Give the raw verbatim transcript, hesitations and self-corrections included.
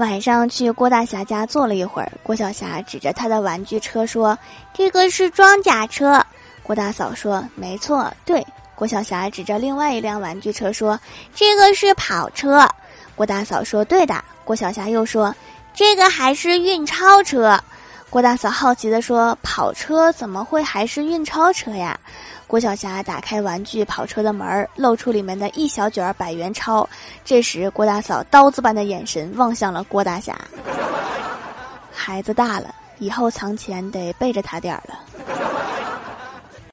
晚上去郭大侠家坐了一会儿，郭小霞指着他的玩具车说：“这个是装甲车。”郭大嫂说：“没错，对。”郭小霞指着另外一辆玩具车说：“这个是跑车。”郭大嫂说：“对的。”郭小霞又说：“这个还是运钞车。”郭大嫂好奇地说：“跑车怎么会还是运钞车呀？”郭小霞打开玩具跑车的门，露出里面的一小卷百元钞。这时郭大嫂刀子般的眼神望向了郭大侠。孩子大了，以后藏钱得背着他点儿了。